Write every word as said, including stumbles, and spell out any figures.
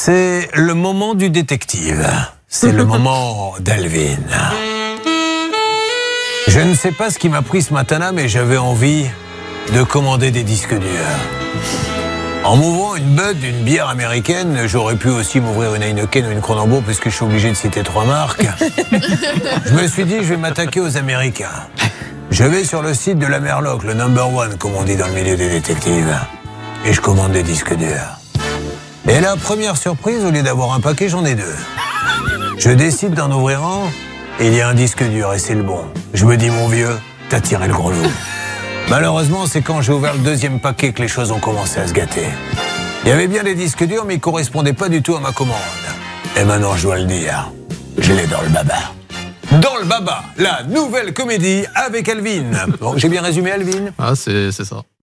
C'est le moment du détective. C'est le moment d'Alvin. Je ne sais pas ce qui m'a pris ce matin-là, mais j'avais envie de commander des disques durs. En m'ouvrant une Bud, une bière américaine, j'aurais pu aussi m'ouvrir une Heineken ou une Kronenbourg, puisque je suis obligé de citer trois marques. Je me suis dit, je vais m'attaquer aux Américains. Je vais sur le site de la Merloc, le number one, comme on dit dans le milieu des détectives. Et je commande des disques durs. Et la première surprise, au lieu d'avoir un paquet, j'en ai deux. Je décide d'en ouvrir un, et il y a un disque dur, et c'est le bon. Je me dis, mon vieux, t'as tiré le gros loup. Malheureusement, c'est quand j'ai ouvert le deuxième paquet que les choses ont commencé à se gâter. Il y avait bien des disques durs, mais ils ne correspondaient pas du tout à ma commande. Et maintenant, je dois le dire, je l'ai dans le baba. Dans le baba, la nouvelle comédie avec Alvin. Bon, j'ai bien résumé, Alvin ? Ah, c'est, c'est ça.